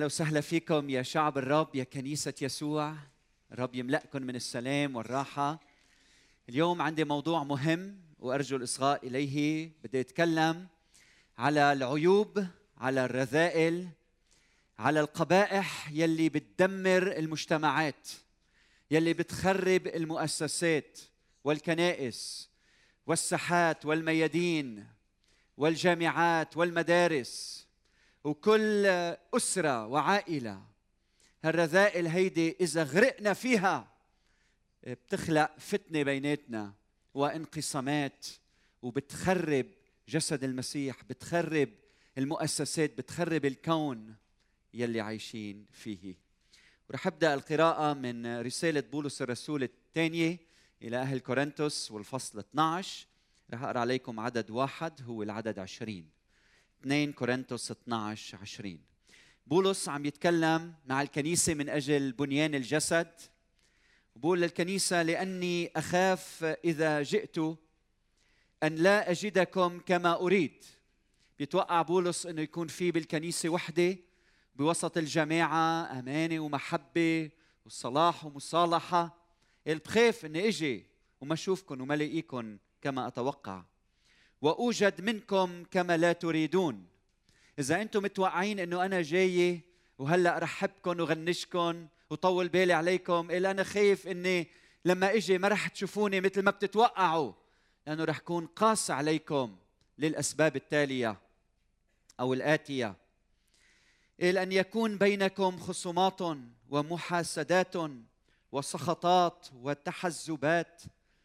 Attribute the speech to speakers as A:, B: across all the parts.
A: أهلا وسهلا فيكم يا شعب الرب، يا كنيسة يسوع. الرب يملأكم من السلام والراحة. اليوم عندي موضوع مهم وأرجو الإصغاء إليه. بدي أتكلم على العيوب، على الرذائل، على القبائح يلي بتدمر المجتمعات، يلي بتخرب المؤسسات والكنائس والساحات والميادين والجامعات والمدارس وكل أسرة وعائلة. هالرذائل هيدي إذا غرقنا فيها بتخلق فتنة بيناتنا وانقسامات، وبتخرب جسد المسيح، بتخرب المؤسسات، بتخرب الكون يلي عايشين فيه. ورح أبدأ القراءة من رسالة بولس الرسول الثانية إلى أهل كورنثوس والفصل 12. رح أقرأ عليكم عدد 1 هو العدد 20. 2 كورنثوس 12-20. بولس عم يتكلم مع الكنيسة من أجل بنيان الجسد. بقول للكنيسة: لأني أخاف إذا جئت أن لا أجدكم كما أريد. بيتوقع بولس أنه يكون في بالكنيسة وحدة بوسط الجماعة أمانة ومحبة وصلاح ومصالحة. بخاف أني أجي وما أشوفكم وما لاقيكم كما أتوقع، وأوجد منكم كما لا تريدون. إذا أنتم متوقعين أنه أنا جاي وهلأ رحبكم وغنشكم وطول بالي عليكم، إلا أنا خايف أني لما أجي ما رح تشوفوني مثل ما بتتوقعوا، لأنه رح كون قاسي عليكم للأسباب التالية أو الآتية: إلا أن يكون بينكم خصومات ومحاسدات وسخطات وتحزبات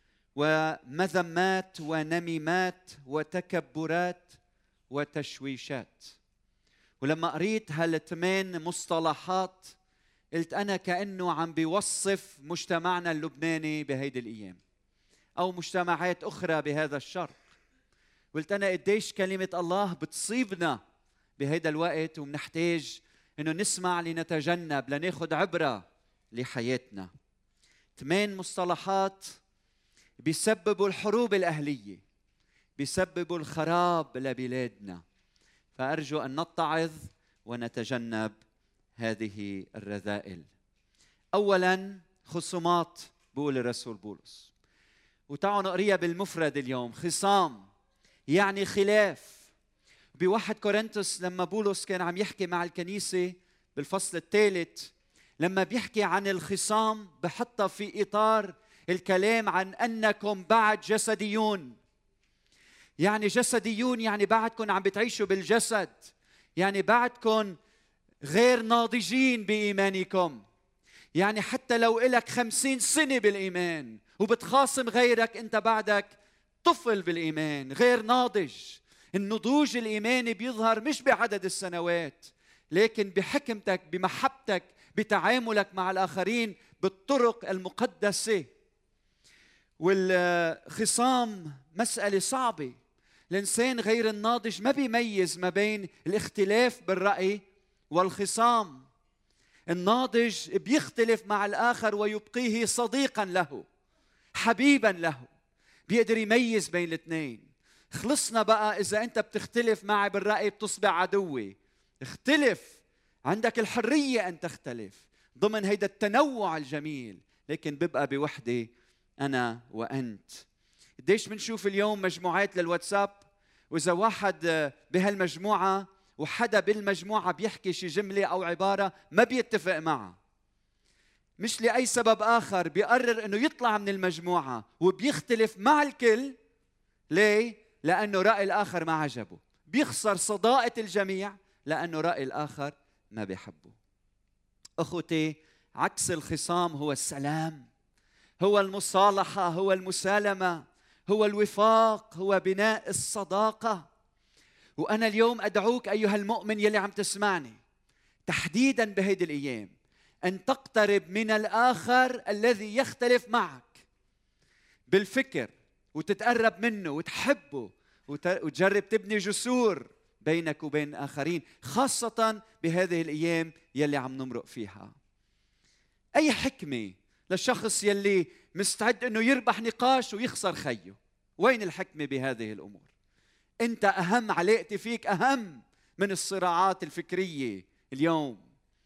A: ومذمات ونميمات وتكبرات وتشويشات. ولما قريت هالثمان مصطلحات قلت أنا كأنه عم بيوصف مجتمعنا اللبناني بهيدي الأيام أو مجتمعات أخرى بهذا الشرق. قلت أنا قديش كلمة الله بتصيبنا بهيدا الوقت، ومنحتاج إنه نسمع لنتجنب لناخد عبرة لحياتنا. 8 مصطلحات بيسببوا الحروب الأهلية، بيسببوا الخراب لبلادنا. فأرجو أن نتعظ ونتجنب هذه الرذائل. أولاً خصومات، بقول الرسول بولس، وتعالوا نقريها بالمفرد اليوم: خصام يعني خلاف. بواحد كورنثوس لما بولس كان عم يحكي مع الكنيسة بالفصل 3، لما بيحكي عن الخصام بحطها في إطار الكلام عن أنكم بعد جسديون. يعني جسديون يعني بعدكم عم بتعيشوا بالجسد، يعني بعدكم غير ناضجين بإيمانكم. يعني حتى لو إلك 50 سنة بالإيمان وبتخاصم غيرك، أنت بعدك طفل بالإيمان غير ناضج. النضوج الإيماني بيظهر مش بعدد السنوات، لكن بحكمتك، بمحبتك، بتعاملك مع الآخرين بالطرق المقدسة. والخصام مسألة صعبة. الإنسان غير الناضج ما بيميز ما بين الاختلاف بالرأي والخصام. الناضج بيختلف مع الآخر ويبقيه صديقاً له، حبيباً له، بيقدر يميز بين الاثنين. خلصنا بقى إذا أنت بتختلف معي بالرأي بتصبح عدوي. اختلف، عندك الحرية أن تختلف ضمن هيدا التنوع الجميل، لكن ببقى بوحدة أنا وأنت. قديش بنشوف اليوم مجموعات للواتساب، وإذا واحد بهالمجموعة وحدا بالمجموعة بيحكي شي جملة أو عبارة ما بيتفق معها، مش لأي سبب آخر، بيقرر أنه يطلع من المجموعة وبيختلف مع الكل. ليه؟ لأنه رأي الآخر ما عجبه. بيخسر صداقة الجميع لأنه رأي الآخر ما بيحبه. أخوتي، عكس الخصام هو السلام، هو المصالحة، هو المسالمة، هو الوفاق، هو بناء الصداقة. وأنا اليوم أدعوك أيها المؤمن يلي عم تسمعني تحديداً بهيدي الأيام أن تقترب من الآخر الذي يختلف معك بالفكر، وتتقرب منه وتحبه وتجرب تبني جسور بينك وبين آخرين، خاصة بهذه الأيام يلي عم نمرق فيها. أي حكمة للشخص يلي مستعد أنه يربح نقاش ويخسر خيه؟ وين الحكمة بهذه الأمور؟ أنت أهم، علاقتي فيك أهم من الصراعات الفكرية اليوم.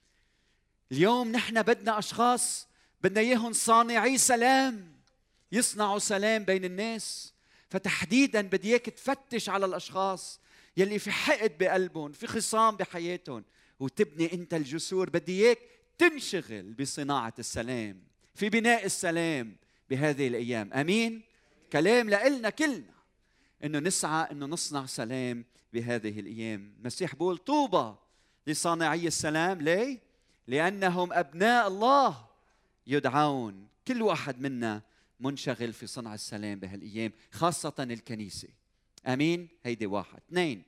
A: اليوم نحن بدنا أشخاص بدنا إياهم صانعي سلام، يصنعوا سلام بين الناس. فتحديداً بدي إياك تفتش على الأشخاص يلي في حقد بقلبهم، في خصام بحياتهم، وتبني أنت الجسور. بدي إياك تنشغل بصناعة السلام، في بناء السلام بهذه الأيام. أمين؟ كلام لإلنا كلنا إنه نسعى إنه نصنع سلام بهذه الأيام. المسيح بيقول طوبى لصانعي السلام. ليه؟ لأنهم أبناء الله يدعون. كل واحد منا منشغل في صنع السلام بهالأيام، خاصة الكنيسة. أمين؟ هيدي واحد. اثنين،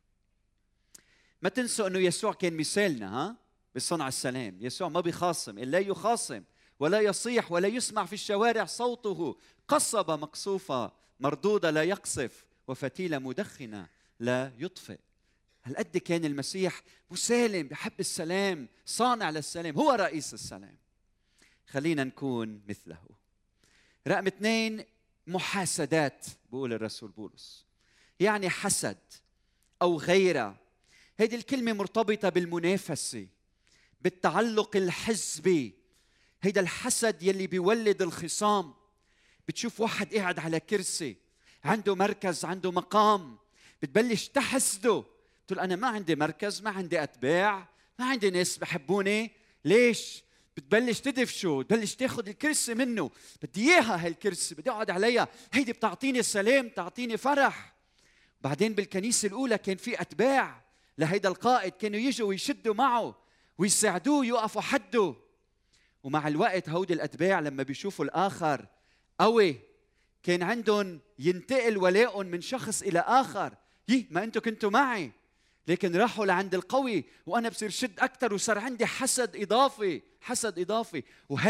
A: ما تنسوا أنه يسوع كان مثالنا بصنع السلام. يسوع ما بيخاصم، إلا يخاصم ولا يصيح ولا يسمع في الشوارع صوته. قصبة مقصوفة مردودة لا يقصف، وفتيلة مدخنة لا يطفئ. هالقد كان المسيح مسالم، بحب السلام، صانع للسلام، هو رئيس السلام. خلينا نكون مثله. رقم اثنين، محاسدات، بقول الرسول بولس، يعني حسد أو غيرة. هذه الكلمة مرتبطة بالمنافسة، بالتعلق الحزبي. هيدا الحسد يلي بيولد الخصام. بتشوف واحد قاعد على كرسي، عنده مركز، عنده مقام، بتبلش تحسده. بتقول أنا ما عندي مركز، ما عندي أتباع، ما عندي ناس بحبوني. ليش؟ بتبلش تدفشه، بتبلش تاخذ الكرسي منه. بدي إياها هالكرسي، بدي أقعد عليها، هيدي بتعطيني سلام، تعطيني فرح. بعدين بالكنيسة الأولى كان في أتباع لهيدا القائد، كانوا يجوا ويشدوا معه ويساعدوه، يقفوا حده. ومع الوقت هودي الأتباع لما بيشوفوا الآخر قوي، كان عندهم ينتقل ولائهم من شخص إلى آخر. ما أنتوا كنتوا معي، لكن راحوا لعند القوي وأنا بصير شد أكتر، وصار عندي حسد إضافي، حسد إضافي.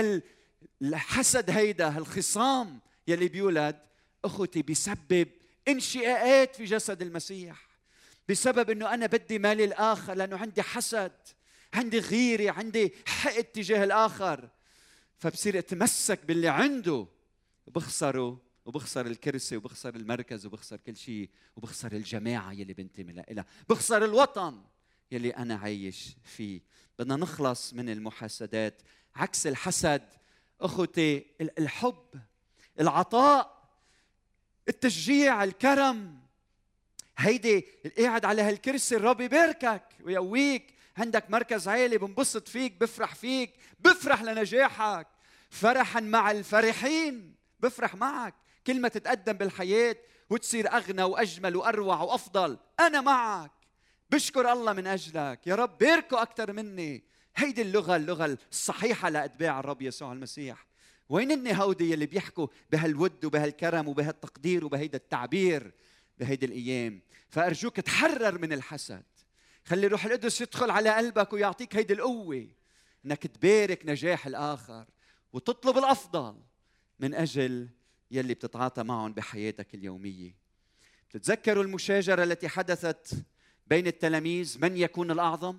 A: الحسد هيدا، هالخصام يلي بيولد أخوتي بيسبب انشقاقات في جسد المسيح، بسبب أنه أنا بدي مال الآخر، لأنه عندي حسد، عندي غيرة، عندي حقد تجاه الآخر. فبصير أتمسك باللي عنده وبخسره، وبخسر الكرسي، وبخسر المركز، وبخسر كل شيء، وبخسر الجماعة يلي بنتمي لها، بخسر الوطن يلي أنا عايش فيه. بدنا نخلص من المحاسدات. عكس الحسد أخوتي الحب، العطاء، التشجيع، الكرم. هيدي قاعد على هالكرسي، الرب يباركك ويقويك، عندك مركز عالي، بنبسط فيك، بفرح فيك، بفرح لنجاحك فرحا مع الفرحين. بفرح معك كل ما تتقدم بالحياة وتصير أغنى وأجمل وأروع وأفضل، أنا معك، بشكر الله من أجلك، يا رب باركوا أكثر مني. هيدي اللغة الصحيحة لأتباع الرب يسوع المسيح. وين هودي اللي بيحكوا بهالود وبهالكرم وبهالتقدير وبهيدا التعبير بهيدي الأيام؟ فأرجوك تحرر من الحسد. خلي روح القدس يدخل على قلبك ويعطيك هيدي القوة إنك تبارك نجاح الآخر وتطلب الأفضل من أجل يلي بتتعاطى معهم بحياتك اليومية. بتتذكروا المشاجرة التي حدثت بين التلاميذ، من يكون الأعظم؟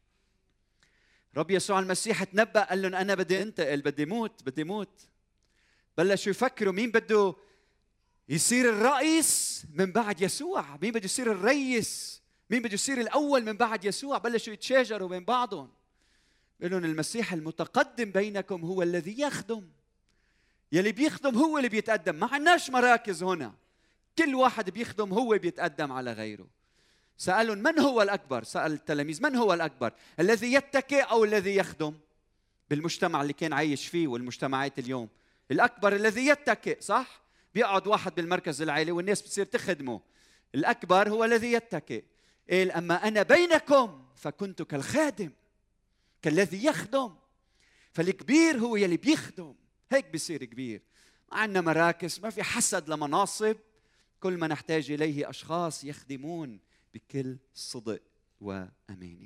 A: رب يسوع المسيح تنبأ، قال لهم أنا بدي أنتقل، بدي موت. بلشوا يفكروا مين بده يصير الرئيس من بعد يسوع، مين بده يصير الرئيس، مين بده يصير الأول من بعد يسوع. بلشوا يتشاجروا بين بعضهم. قال لهم المسيح المتقدم بينكم هو الذي يخدم. يلي بيخدم هو اللي بيتقدم. ما عندناش مراكز هنا، كل واحد بيخدم هو بيتقدم على غيره. سألهم من هو الأكبر؟ سأل التلاميذ من هو الأكبر، الذي يتكئ أو الذي يخدم؟ بالمجتمع اللي كان عايش فيه والمجتمعات اليوم، الأكبر الذي يتكئ، صح؟ بيقعد واحد بالمركز العالي والناس بتصير تخدمه. الأكبر هو الذي يتكئ. قال أما أنا بينكم فكنت كالخادم، كالذي يخدم. فالكبير هو يلي بيخدم، هيك بيصير كبير. ما عندنا مراكز، ما في حسد لمناصب، كل ما نحتاج إليه أشخاص يخدمون بكل صدق وأمانة.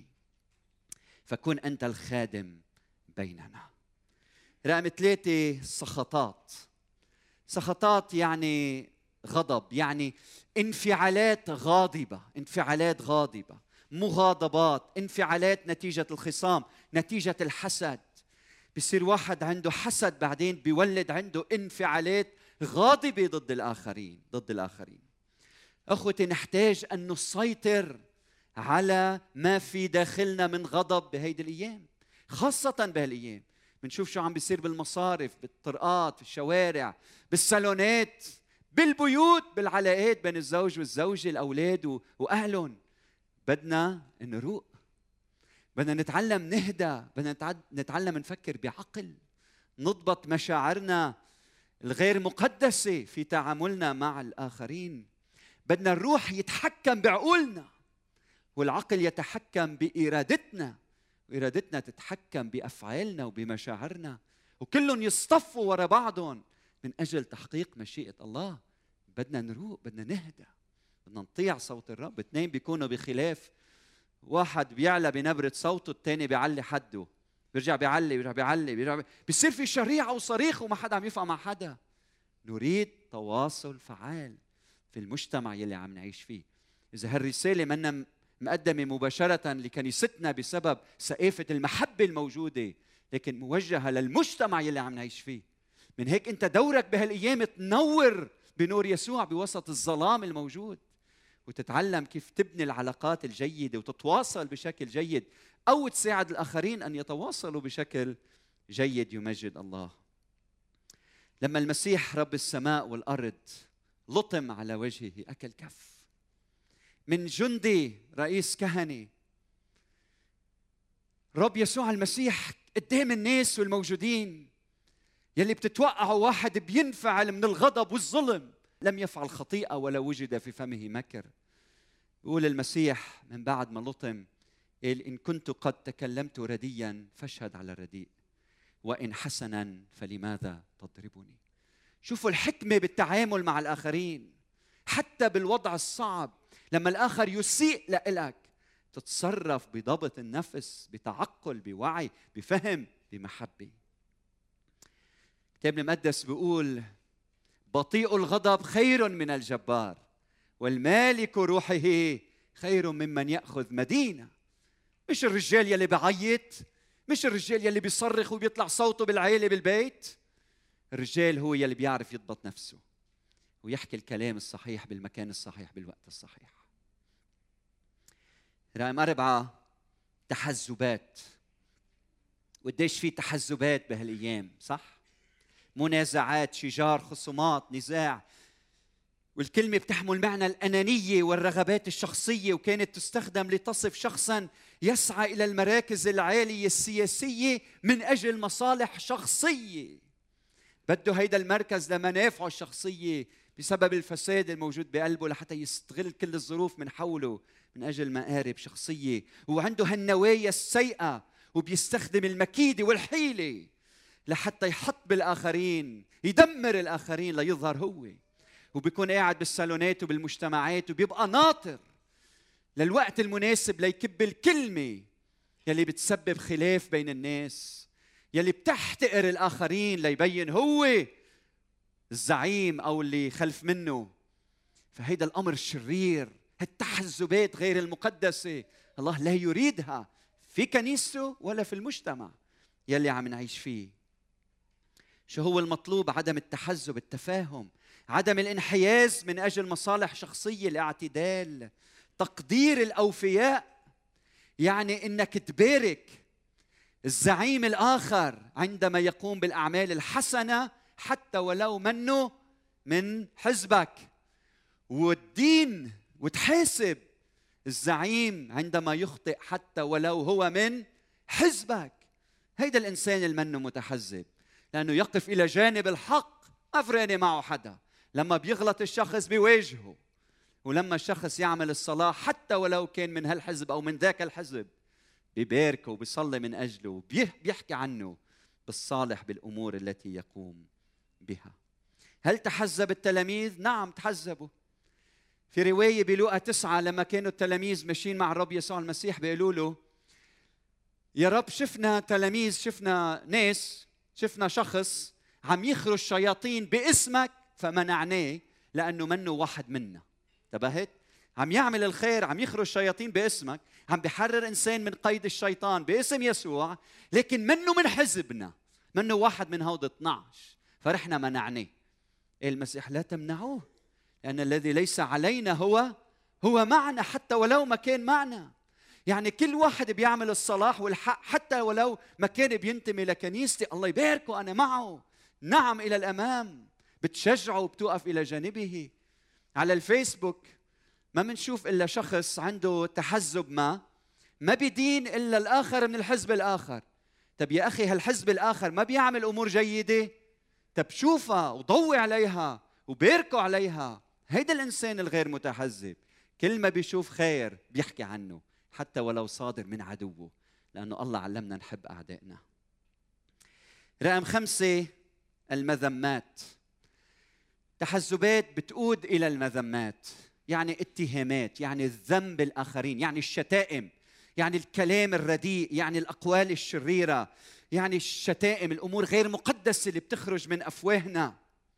A: فكن أنت الخادم بيننا. رقم 3، سخطات. سخطات يعني غضب، يعني انفعالات غاضبة، انفعالات غاضبة، مغاضبات، انفعالات نتيجة الخصام، نتيجة الحسد. بيصير واحد عنده حسد، بعدين بيولد عنده انفعالات غاضبة ضد الآخرين. أخوتي نحتاج أن نسيطر على ما في داخلنا من غضب بهيدي الأيام. خاصة بهالأيام بنشوف شو عم بيصير بالمصارف، بالطرقات، في الشوارع، بالصالونات، بالبيوت، بالعلاقات بين الزوج والزوجة، الأولاد وأهلهم. بدنا نروق، بدنا نتعلم نهدى، بدنا نتعلم نفكر بعقل، نضبط مشاعرنا الغير مقدسة في تعاملنا مع الآخرين. بدنا الروح يتحكم بعقولنا والعقل يتحكم بإرادتنا، وإرادتنا تتحكم بأفعالنا وبمشاعرنا، وكلهم يصطفوا وراء بعضهم من أجل تحقيق مشيئة الله. بدنا نروق، بدنا نهدى، بدنا نطيع صوت الرب. اثنين بيكونوا بخلاف، واحد بيعلى بنبرة صوته، الثاني بيعلي حده، بيرجع بيعلي، بيصير في شريعة وصريخ وما حدا عم يفهم مع حدا. نريد تواصل فعال في المجتمع يلي عم نعيش فيه. إذا هالرسالة منا مقدمة مباشرة لكنيستنا بسبب سقافة المحبة الموجودة، لكن موجهة للمجتمع يلي عم نعيش فيه. من هيك أنت دورك بهالأيام تنور بنور يسوع بوسط الظلام الموجود، وتتعلم كيف تبني العلاقات الجيدة وتتواصل بشكل جيد، أو تساعد الآخرين أن يتواصلوا بشكل جيد يمجد الله. لما المسيح رب السماء والأرض لطم على وجهه، أكل كف من جندي رئيس كهنة، رب يسوع المسيح قدام الناس والموجودين يلي بتتوقعوا واحد بينفعل من الغضب والظلم، لم يفعل خطيئة ولا وجد في فمه مكر. يقول المسيح من بعد ما لطم، قال: إن كنت قد تكلمت رديا فاشهد على الرديء، وإن حسنا فلماذا تضربني؟ شوفوا الحكمة بالتعامل مع الآخرين، حتى بالوضع الصعب لما الآخر يسيء لك تتصرف بضبط النفس، بتعقل، بوعي، بفهم، بمحبة. الكتاب المقدس بيقول: بطيء الغضب خير من الجبار، والمالك روحه خير ممن يأخذ مدينة. مش الرجال يلي بعيط، مش الرجال يلي بيصرخ وبيطلع صوته بالعيلة بالبيت. الرجال هو يلي بيعرف يضبط نفسه ويحكي الكلام الصحيح بالمكان الصحيح بالوقت الصحيح. رقم 4، تحزبات. وقديش في تحزبات بهالأيام، صح؟ منازعات، شجار، خصومات، نزاع. والكلمة بتحمل معنى الأنانية والرغبات الشخصية، وكانت تستخدم لتصف شخصاً يسعى إلى المراكز العالية السياسية من أجل مصالح شخصية. بده هيدا المركز لمنافعه الشخصية بسبب الفساد الموجود بقلبه، لحتى يستغل كل الظروف من حوله من أجل مآرب شخصية. وعنده هالنوايا السيئة، وبيستخدم المكيدة والحيلة لحتى يحط بالآخرين، يدمر الآخرين ليظهر هو. وبيكون قاعد بالصالونات وبالمجتمعات وبيبقى ناطر للوقت المناسب ليكب الكلمة يلي بتسبب خلاف بين الناس، يلي بتحتقر الآخرين ليبين هو الزعيم أو اللي خلف منه. فهيدا الأمر الشرير، هالتحزبات غير المقدسة، الله لا يريدها في كنيسته ولا في المجتمع يلي عم نعيش فيه. شو هو المطلوب؟ عدم التحزب، التفاهم، عدم الانحياز من أجل مصالح شخصية، الاعتدال، تقدير الأوفياء. يعني إنك تبارك الزعيم الآخر عندما يقوم بالأعمال الحسنة حتى ولو منه من حزبك، والدين وتحاسب الزعيم عندما يخطئ حتى ولو هو من حزبك. هيدا الإنسان اللي منه متحزب، لأنه يقف إلى جانب الحق، ما فرقني معه حدا. لما بيغلط الشخص بيواجهه، ولما الشخص يعمل الصلاح حتى ولو كان من هالحزب أو من ذاك الحزب بيباركه وبيصلي من أجله وبيحكي عنه بالصالح بالأمور التي يقوم بها. هل تحزب التلاميذ؟ نعم تحزبوا. في رواية بلوقا 9 لما كانوا التلاميذ ماشيين مع الرب يسوع المسيح بيقولوا له: يا رب شفنا تلاميذ، شفنا ناس، شفنا شخص عم يخرج شياطين باسمك فمنعناه لأنه منه واحد منا. انتبهت؟ عم يعمل الخير، عم يخرج شياطين باسمك، عم بيحرر إنسان من قيد الشيطان باسم يسوع، لكن منه من حزبنا، منه واحد من هود 12، فرحنا منعناه. المسيح: لا تمنعوه، لأن الذي ليس علينا هو معنا حتى ولو ما كان معنا. يعني كل واحد بيعمل الصلاح والحق حتى ولو ما كان بينتمي لكنيستي، الله يباركه أنا معه، نعم إلى الأمام، بتشجعه وبتوقف إلى جانبه. على الفيسبوك ما منشوف إلا شخص عنده تحزب ما بيدين إلا الآخر من الحزب الآخر. طب يا أخي هالحزب الآخر ما بيعمل أمور جيدة؟ طب شوفها وضوي عليها وباركوا عليها. هيدا الإنسان الغير متحزب كل ما بيشوف خير بيحكي عنه حتى ولو صادر من عدوه، لأنه الله علمنا نحب أعدائنا. رقم 5 المذمات. تحزبات بتقود إلى المذمات، يعني اتهامات، يعني الذم بالآخرين، يعني الشتائم، يعني الكلام الرديء، يعني الأقوال الشريرة، يعني الشتائم، الأمور غير مقدسة اللي بتخرج من أفواهنا.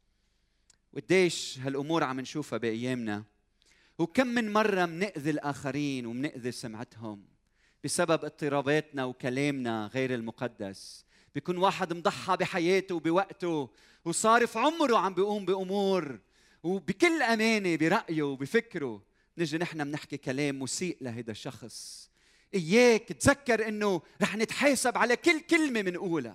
A: وقديش هالأمور عم نشوفها بأيامنا، وكم من مرة منأذي الآخرين ومنأذي سمعتهم بسبب اضطراباتنا وكلامنا غير المقدس. بيكون واحد مضحى بحياته وبوقته وصارف عمره عم بيقوم بأمور وبكل أمانة برأيه وبفكره، نجي نحن بنحكي كلام مسيء لهذا الشخص. إياك تذكر إنه رح نتحاسب على كل كلمة منقولها.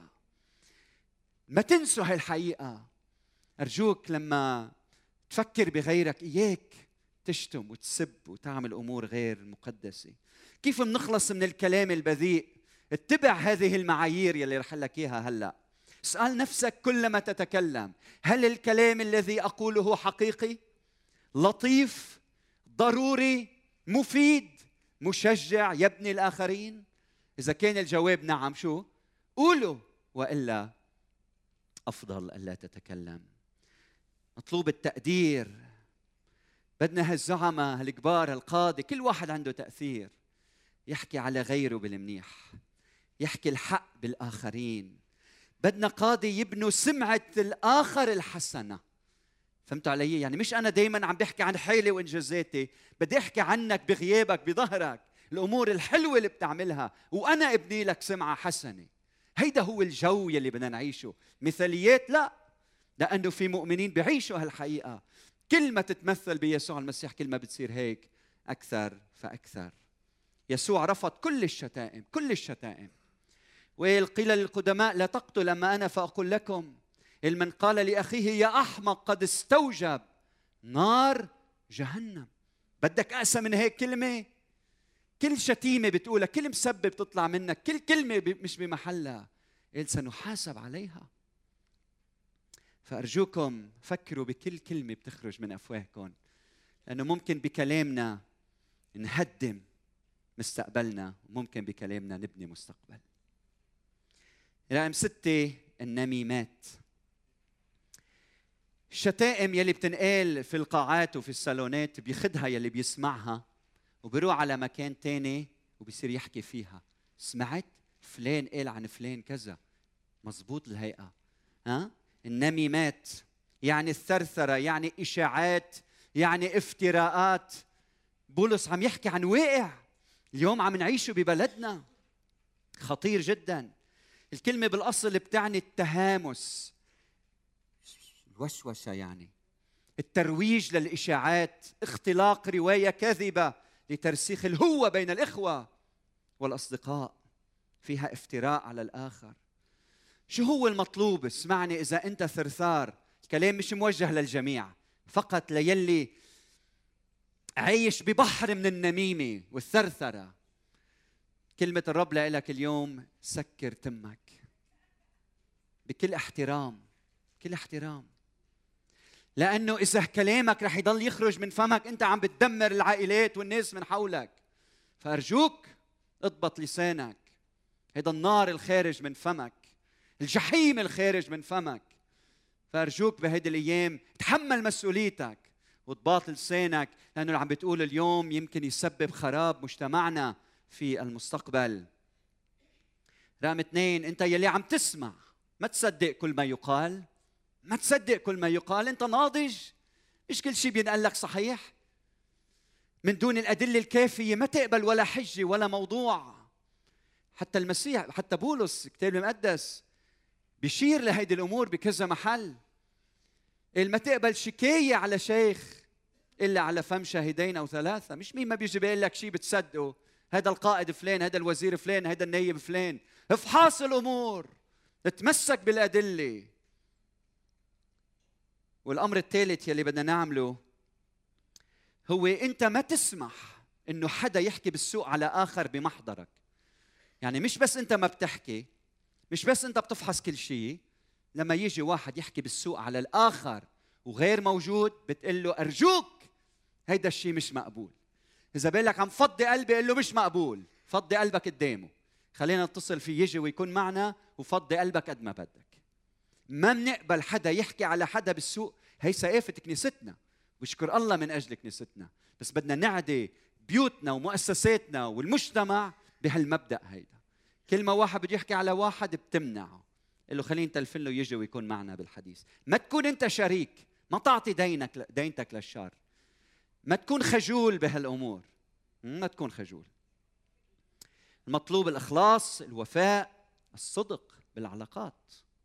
A: ما تنسوا هالحقيقة. أرجوك لما تفكر بغيرك إياك تشتم وتسب وتعمل أمور غير مقدسة. كيف منخلص من الكلام البذيء؟ اتبع هذه المعايير يلي رح لك إياها هلأ. اسأل نفسك كلما تتكلم، هل الكلام الذي أقوله حقيقي؟ لطيف؟ ضروري؟ مفيد؟ مشجع؟ يبني الآخرين؟ إذا كان الجواب نعم شو؟ قولوا، وإلا أفضل ألا تتكلم. مطلوب التقدير. بدنا هالزعماء هالكبار هالقادة، كل واحد عنده تأثير، يحكي على غيره بالمنيح، يحكي الحق بالآخرين. بدنا قادة يبنوا سمعة الآخر الحسنة. فهمتوا علي؟ يعني مش أنا دايماً عم بحكي عن حالي وإنجازاتي، بدي أحكي عنك بغيابك بظهرك، الأمور الحلوة اللي بتعملها، وأنا أبني لك سمعة حسنة. هيدا هو الجو يلي بدنا نعيشه. مثاليات لا، لأنه في مؤمنين بيعيشوا هالحقيقة. كل ما تتمثل بيسوع المسيح كل ما بتصير هيك أكثر فأكثر. يسوع رفض كل الشتائم، كل الشتائم. وقيل للقدماء لا تقتل، أما أنا فأقول لكم من قال لأخيه يا أحمق قد استوجب نار جهنم. بدك أقسى من هيك كلمة؟ كل شتيمة بتقولها، كل مسبة بتطلع منك، كل كلمة مش بمحلها، سنحاسب عليها. فأرجوكم فكروا بكل كلمة بتخرج من أفواهكم، لأنه ممكن بكلامنا نهدم مستقبلنا، وممكن بكلامنا نبني مستقبل. رقم 6 النميمات. الشتائم يلي بتنقال في القاعات وفي الصالونات بيخدها يلي بيسمعها وبيروح على مكان تاني وبيصير يحكي فيها. سمعت فلان قال عن فلان كذا، مزبوط الهيئة. النميمات يعني الثرثرة، يعني إشاعات، يعني افتراءات. بولس عم يحكي عن واقع اليوم عم نعيشه ببلدنا، خطير جدا. الكلمة بالأصل بتعني التهامس، الوشوشة، يعني الترويج للإشاعات، اختلاق رواية كاذبة لترسيخ الهوة بين الإخوة والأصدقاء، فيها افتراء على الآخر. شو هو المطلوب؟ اسمعني، إذا أنت ثرثار، الكلام مش موجه للجميع، فقط ليلي عايش ببحر من النميمة والثرثرة. كلمة الرب لك اليوم: سكر تمك بكل احترام، بكل احترام، لأنه إذا كلامك رح يضل يخرج من فمك أنت عم بتدمر العائلات والناس من حولك. فأرجوك اضبط لسانك. هذا النار الخارج من فمك، الجحيم الخارج من فمك. فأرجوك بهيدي الأيام تحمل مسؤوليتك وضباط لسانك، لأنه اللي عم بتقول اليوم يمكن يسبب خراب مجتمعنا في المستقبل. رقم 2 أنت يلي عم تسمع، ما تصدق كل ما يقال، ما تصدق كل ما يقال. أنت ناضج، مش كل شيء بينقال لك صحيح. من دون الأدلة الكافية ما تقبل ولا حجة ولا موضوع. حتى المسيح، حتى بولس الكتاب المقدس بيشير لهيدي الأمور بكذا محل. ما تقبل شكاية على شيخ إلا على فم شاهدين أو ثلاثة. مش مين ما بيجي بيقول لك شيء بتصدقه، هذا القائد فلان، هذا الوزير فلان، هذا النايب فلان. افحص الأمور، اتمسك بالأدلة. والأمر الثالث يلي بدنا نعمله هو أنت ما تسمح إنه حدا يحكي بالسوء على آخر بمحضرك. يعني مش بس أنت ما بتحكي، مش بس أنت بتفحص كل شيء، لما يجي واحد يحكي بالسوء على الآخر وغير موجود بتقول له أرجوك هيدا الشيء مش مقبول. إذا بقول عم فضي قلبي قل له مش مقبول، فضي قلبك قدامه، خلينا نتصل فيه يجي ويكون معنا، وفضي قلبك قد ما بدك. ما بنقبل حدا يحكي على حدا بالسوء. هي ثقافة كنيستنا، وشكر الله من أجل كنيستنا، بس بدنا نعدي بيوتنا ومؤسساتنا والمجتمع بهالمبدأ هيدا. كل ما واحد بده يحكي على واحد بتمنعه، قل له خلينا نتلفن له يجي ويكون معنا بالحديث. ما تكون أنت شريك، ما تعطي دينتك للشر، ما تكون خجول بهالأمور، ما تكون خجول. المطلوب الإخلاص، الوفاء، الصدق بالعلاقات.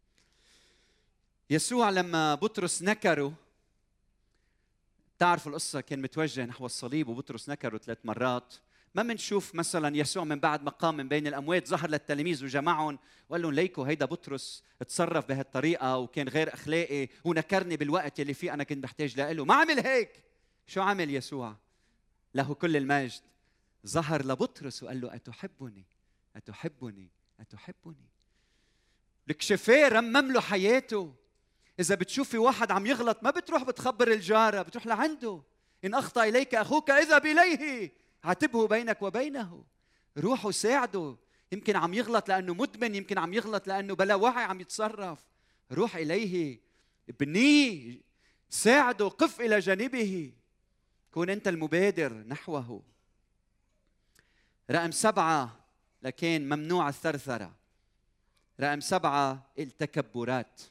A: يسوع لما بطرس نكره، تعرفوا القصة، كان متوجه نحو الصليب وبطرس نكره 3 مرات. ما منشوف مثلا يسوع من بعد ما قام من بين الأموات ظهر للتلاميذ وجمعهم وقال لهم ليكو هيدا بطرس تصرف بهالطريقة وكان غير أخلاقي ونكرني بالوقت اللي فيه أنا كنت بحتاج له. ما عمل هيك. شو عمل يسوع؟ له كل المجد. ظهر لبطرس وقال له أتحبني أتحبني أتحبني. الكشفيه رمم له حياته. إذا بتشوفي واحد عم يغلط ما بتروح بتخبر الجارة، بتروح لعنده. إن أخطأ إليك أخوك اذهب إليه عاتبه بينك وبينه. روحوا ساعده، يمكن عم يغلط لأنه مدمن، يمكن عم يغلط لأنه بلا وعي عم يتصرف. روح إليه، ابنيه، ساعده، قف إلى جانبه، كون أنت المبادر نحوه. رقم 7، لكن ممنوع الثرثرة. رقم 7 التكبرات.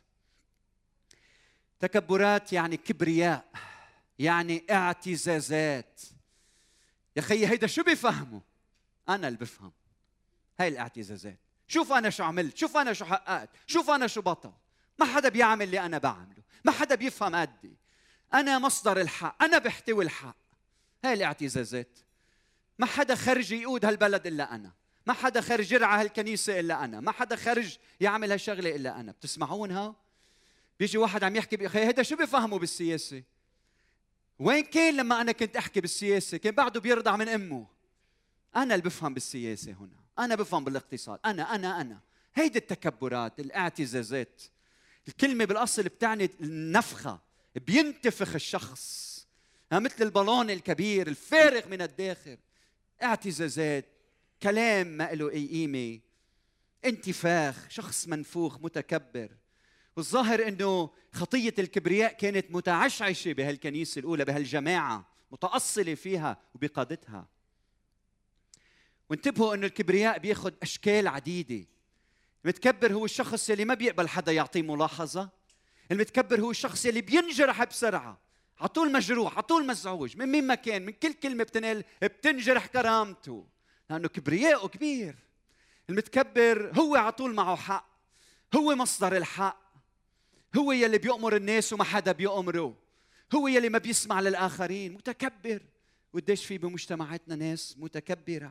A: تكبرات يعني كبرياء، يعني اعتزازات. يا خيي هيدا شو بيفهموا؟ أنا اللي بفهم هاي الاعتزازات. شوف أنا شو عملت، شوف أنا شو حققت، شوف أنا شو بطل. ما حدا بيعمل اللي أنا بعمله، ما حدا بيفهم قدي. أنا مصدر الحق، أنا بحتوي الحق. هاي الاعتزازات. ما حدا خرج يقود هالبلد إلا أنا، ما حدا خرج يرعى هالكنيسة إلا أنا، ما حدا خرج يعمل هالشغلة إلا أنا. بتسمعونها؟ بيجي واحد عم يحكي بأخي هيدا شو بيفهموا بالسياسة؟ وين كان لما أنا كنت أحكي بالسياسة؟ كان بعده بيرضع من أمه. أنا اللي بفهم بالسياسة هنا، أنا بفهم بالاقتصاد، أنا. هيدي التكبرات، الاعتزازات. الكلمة بالأصل بتعني النفخة، بينتفخ الشخص مثل البالون الكبير الفارغ من الداخل. اعتزازات، كلام ما له أي قيمة، انتفاخ، شخص منفوخ متكبر. والظاهر أنه خطية الكبرياء كانت متعشعشة بهالكنيسة الأولى، بهالجماعة متأصلة فيها وبقادتها. وانتبهوا أنه الكبرياء بياخد أشكال عديدة. المتكبر هو الشخص اللي ما بيقبل حدا يعطيه ملاحظة. المتكبر هو الشخص اللي بينجرح بسرعة، عطول مجروح، عطول مزعوج، من مين ما كان، من كل كلمة بتنقل بتنجرح كرامته، لأنه كبرياءه كبير. المتكبر هو عطول معه حق، هو مصدر الحق، هو يلي بيأمر الناس وما حدا بيأمره، هو يلي ما بيسمع للآخرين. متكبر. وقديش في بمجتمعاتنا ناس متكبرة.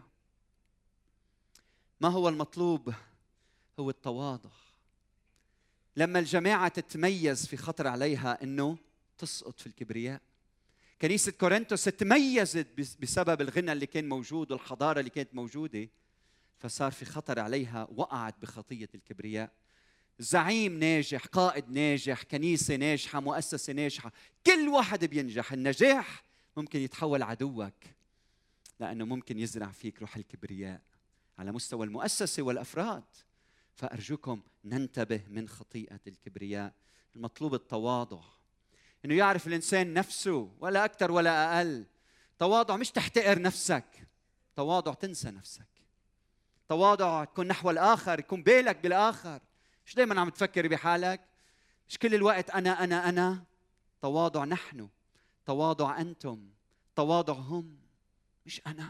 A: ما هو المطلوب؟ هو التواضع. لما الجماعة تتميز في خطر عليها أنه تسقط في الكبرياء. كنيسة كورنثوس تميزت بسبب الغنى اللي كان موجود والحضارة اللي كانت موجودة، فصار في خطر عليها، وقعت بخطية الكبرياء. زعيم ناجح، قائد ناجح، كنيسة ناجحة، مؤسسة ناجحة، كل واحد بينجح. النجاح ممكن يتحول عدوك، لأنه ممكن يزرع فيك روح الكبرياء على مستوى المؤسسة والأفراد. فأرجوكم ننتبه من خطيئة الكبرياء. المطلوب التواضع، إنه يعرف الإنسان نفسه ولا أكثر ولا أقل. تواضع مش تحتقر نفسك، تواضع تنسى نفسك. تواضع تكون نحو الآخر، يكون بالك بالآخر، مش دايما عم تفكر بحالك، مش كل الوقت أنا. تواضع نحن، تواضع أنتم، تواضع هم، مش أنا.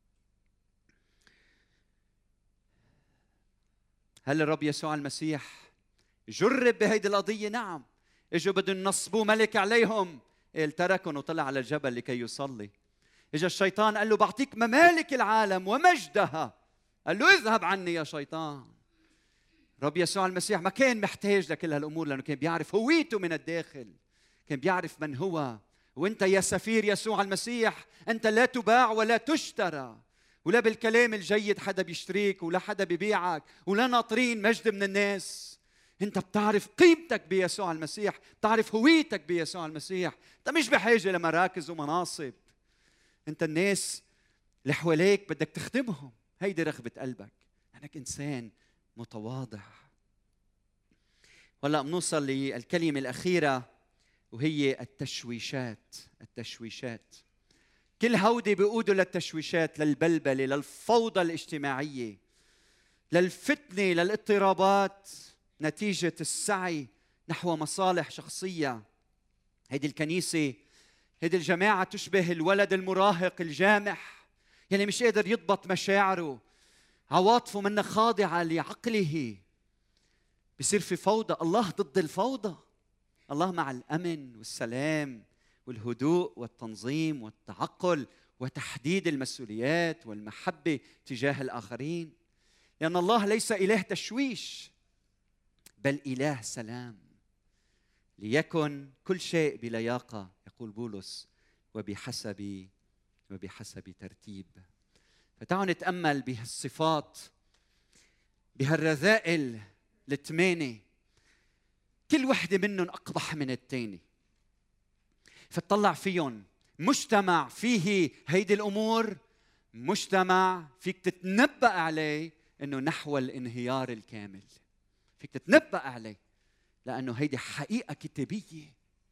A: هل الرب يسوع المسيح جرب بهيدي القضية؟ نعم. اجوا بدهم ينصبوه ملك عليهم، قال تركهم وطلع على الجبل لكي يصلي. اجى الشيطان قال له بعطيك ممالك العالم ومجدها، قال له اذهب عني يا شيطان. رب يسوع المسيح ما كان محتاج لكل هالامور، لانه كان بيعرف هويته من الداخل، كان بيعرف من هو. وانت يا سفير يسوع المسيح انت لا تباع ولا تشترى، ولا بالكلام الجيد حدا بيشتريك ولا حدا بيبيعك ولا ناطرين مجد من الناس. انت بتعرف قيمتك بيسوع المسيح، بتعرف هويتك بيسوع المسيح. انت مش بحاجه لمراكز ومناصب، انت الناس اللي حواليك بدك تخدمهم، هيدي رغبه قلبك، انك انسان متواضع. هلا بنوصل للكلمه الاخيره وهي التشويشات. التشويشات كل هودي بيقودوا للتشويشات، للبلبله، للفوضى الاجتماعيه، للفتنه، للاضطرابات نتيجه السعي نحو مصالح شخصيه. هيدي الكنيسه، هيدي الجماعه تشبه الولد المراهق الجامح يلي مش قادر يضبط مشاعره، عواطفه منها خاضعه لعقله، بصير في فوضى. الله ضد الفوضى، الله مع الامن والسلام والهدوء والتنظيم والتعقل وتحديد المسؤوليات والمحبه تجاه الاخرين، لان الله ليس اله تشويش بل اله سلام. ليكن كل شيء بلياقه، يقول بولس، وبحسب ترتيب. فتعالوا نتامل بهالصفات، بهالرذائل الثمانيه، كل وحده منهم اقبح من الثاني. فتطلع فيهم مجتمع فيه هيدي الامور، مجتمع فيك تتنبأ عليه انه نحو الانهيار الكامل، فيك تتنبأ عليه لانه هيدي حقيقه كتابيه.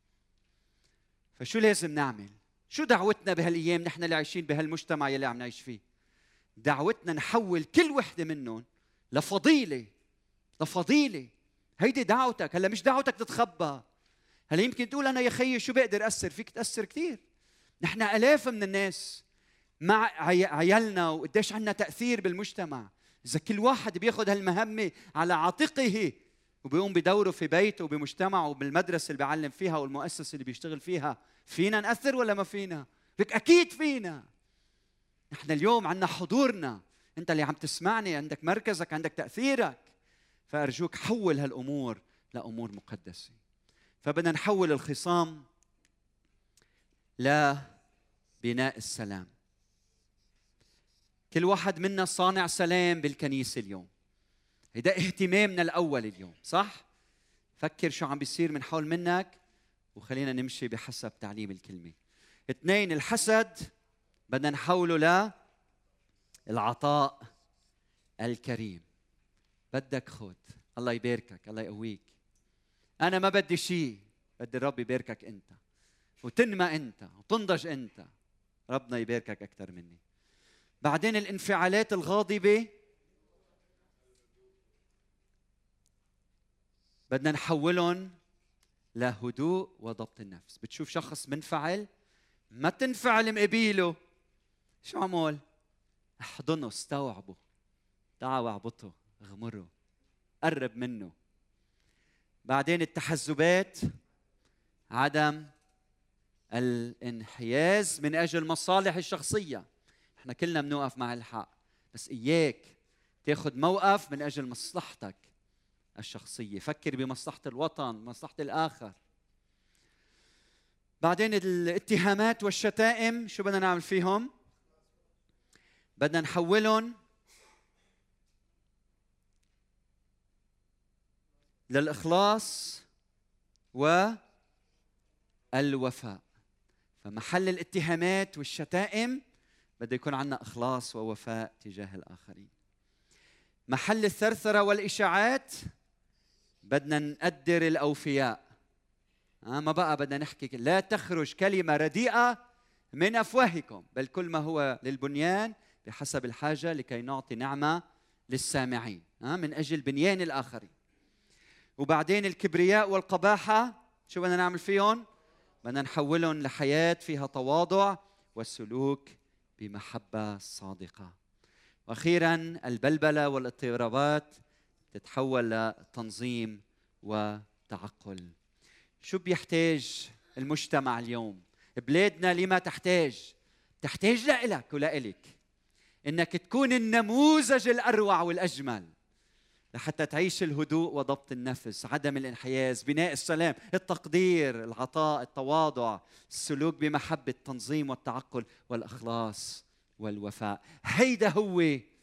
A: فشو لازم نعمل؟ شو دعوتنا بهالايام نحن اللي عايشين بهالمجتمع يلي عم نعيش فيه؟ دعوتنا نحول كل وحده منهم لفضيله. لفضيله، هيدي دعوتك. هلا مش دعوتك تتخبى. هلا يمكن تقول انا يا خيي شو بقدر اثر فيك؟ تاثر كثير. نحن الاف من الناس مع عيالنا، وقديش عندنا تاثير بالمجتمع. اذا كل واحد بياخذ هالمهمه على عاتقه وبيقوم بدوره في بيته وبمجتمعه وبالمدرسه اللي بيعلم فيها والمؤسسه اللي بيشتغل فيها، فينا ناثر ولا ما فينا؟ لك اكيد فينا. نحن اليوم عندنا حضورنا، انت اللي عم تسمعني عندك مركزك، عندك تاثيرك. فارجوك حول هالامور لامور مقدسه. فبدنا نحول الخصام لبناء السلام. كل واحد منا صانع سلام بالكنيسة اليوم. هيدا اهتمامنا الأول اليوم، صح؟ فكر شو عم بيصير من حول منك وخلينا نمشي بحسب تعليم الكلمة. 2، الحسد بدنا نحوله للعطاء الكريم. بدك خذ، الله يباركك، الله يقويك. أنا ما بدي شيء، بدي الرب يباركك أنت وتنمى أنت وتنضج أنت، ربنا يباركك أكثر مني. بعدين الانفعالات الغاضبة بدنا نحولهم لهدوء وضبط النفس. بتشوف شخص منفعل، ما تنفعل مقابيله، شو عمول؟ احضنه، استوعبه، تعا اعبطه، اغمره، قرب منه. بعدين التحزبات، عدم الانحياز من اجل المصالح الشخصيه. احنا كلنا بنوقف مع الحق، بس اياك تاخذ موقف من اجل مصلحتك الشخصيه. فكر بمصلحه الوطن، مصلحه الاخر. بعدين الاتهامات والشتائم، شو بدنا نعمل فيهم؟ بدنا نحولهم للإخلاص والوفاء. فمحل الاتهامات والشتائم بده يكون عندنا إخلاص ووفاء تجاه الآخرين. محل الثرثرة والإشاعات بدنا نقدر الأوفياء. ما بقى بدنا نحكي لا تخرج كلمة رديئة من أفواهكم، بل كل ما هو للبنيان بحسب الحاجة لكي نعطي نعمة للسامعين، من أجل بنيان الآخرين. وبعدين الكبرياء والقباحة، شو بدنا نعمل فيهم؟ بدنا نحولهم لحياة فيها تواضع والسلوك بمحبة صادقة. وأخيراً البلبلة والاضطرابات تتحول لتنظيم وتعقل. شو بيحتاج المجتمع اليوم؟ بلادنا لما تحتاج؟ تحتاج لإلك ولإلك إنك تكون النموذج الأروع والأجمل لحتى تعيش الهدوء وضبط النفس، عدم الانحياز، بناء السلام، التقدير، العطاء، التواضع، السلوك بمحبة، التنظيم والتعقل والإخلاص والوفاء. هيدا هو